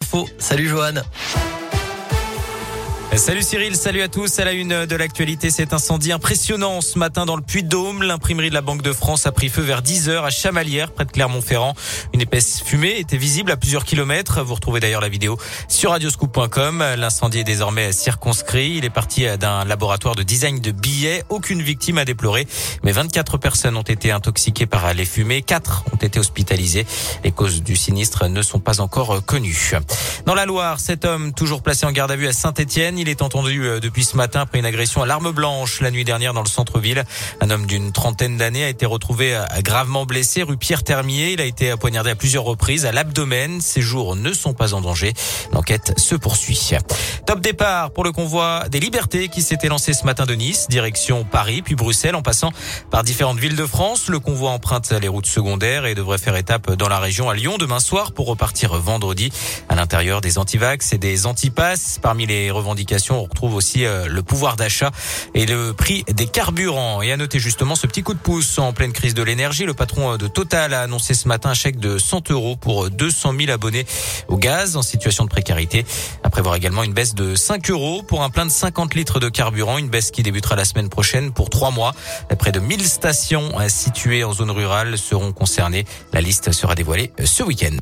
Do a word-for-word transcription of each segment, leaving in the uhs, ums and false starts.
l'info. Salut Johan. Salut Cyril, salut à tous. À la une de l'actualité, cet incendie impressionnant ce matin dans le Puy-de-Dôme. L'imprimerie de la Banque de France a pris feu vers dix heures à Chamalières, près de Clermont-Ferrand. Une épaisse fumée était visible à plusieurs kilomètres. Vous retrouvez d'ailleurs la vidéo sur radioscoop point com. L'incendie est désormais circonscrit. Il est parti d'un laboratoire de design de billets. Aucune victime à déplorer, mais vingt-quatre personnes ont été intoxiquées par les fumées. Quatre ont été hospitalisées. Les causes du sinistre ne sont pas encore connues. Dans la Loire, cet homme toujours placé en garde à vue à Saint-Étienne. Il est entendu depuis ce matin après une agression à l'arme blanche la nuit dernière dans le centre-ville. Un homme d'une trentaine d'années a été retrouvé gravement blessé rue Pierre-Termier. Il a été poignardé à plusieurs reprises à l'abdomen. Ses jours ne sont pas en danger. L'enquête se poursuit. Top départ pour le convoi des Libertés qui s'était lancé ce matin de Nice, direction Paris puis Bruxelles en passant par différentes villes de France. Le convoi emprunte les routes secondaires et devrait faire étape dans la région à Lyon demain soir pour repartir vendredi. À l'intérieur des antivax et des antipasses. Parmi les revendications, on retrouve aussi euh, le pouvoir d'achat et le prix des carburants. Et à noter justement ce petit coup de pouce en pleine crise de l'énergie. Le patron de Total a annoncé ce matin un chèque de cent euros pour deux cent mille abonnés au gaz en situation de précarité. À prévoir également une baisse de cinq euros pour un plein de cinquante litres de carburant. Une baisse qui débutera la semaine prochaine pour trois mois. Près de mille stations situées en zone rurale seront concernées. La liste sera dévoilée ce week-end.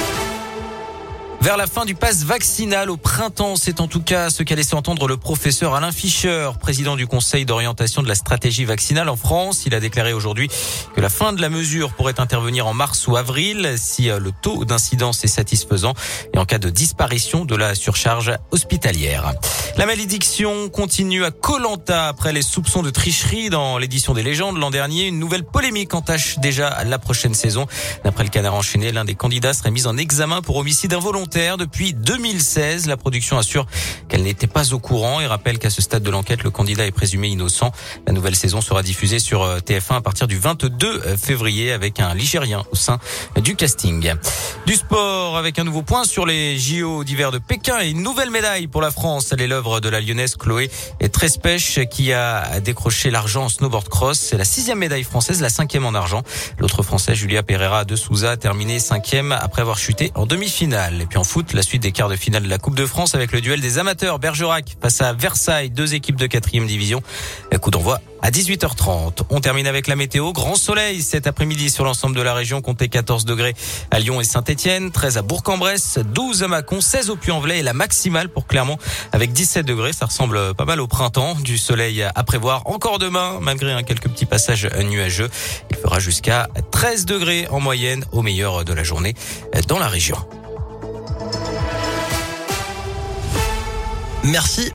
Vers la fin du pass vaccinal au printemps, c'est en tout cas ce qu'a laissé entendre le professeur Alain Fischer, président du Conseil d'orientation de la stratégie vaccinale en France. Il a déclaré aujourd'hui que la fin de la mesure pourrait intervenir en mars ou avril si le taux d'incidence est satisfaisant et en cas de disparition de la surcharge hospitalière. La malédiction continue à Koh-Lanta après les soupçons de tricherie dans l'édition des légendes l'an dernier. Une nouvelle polémique entache déjà la prochaine saison. D'après le Canard enchaîné, l'un des candidats serait mis en examen pour homicide involontaire. Depuis deux mille seize, la production assure qu'elle n'était pas au courant et rappelle qu'à ce stade de l'enquête, le candidat est présumé innocent. La nouvelle saison sera diffusée sur T F un à partir du vingt-deux février avec un Ligérien au sein du casting. Du sport avec un nouveau point sur les J O d'hiver de Pékin et une nouvelle médaille pour la France. Elle est l'œuvre de la lyonnaise Chloé Trespech qui a décroché l'argent en snowboard cross. C'est la sixième médaille française, la cinquième en argent. L'autre française, Julia Pereira de Souza, a terminé cinquième après avoir chuté en demi-finale. Et puis en foot, la suite des quarts de finale de la Coupe de France avec le duel des amateurs Bergerac face à Versailles, deux équipes de quatrième division. Coup d'envoi à dix-huit heures trente. On termine avec la météo. Grand soleil cet après-midi sur l'ensemble de la région. Comptez quatorze degrés à Lyon et Saint-Étienne, treize à Bourg-en-Bresse, douze à Mâcon, seize au Puy-en-Velay et la maximale pour Clermont avec dix-sept degrés. Ça ressemble pas mal au printemps. Du soleil à prévoir encore demain malgré un quelques petits passages nuageux. Il fera jusqu'à treize degrés en moyenne au meilleur de la journée dans la région. Merci.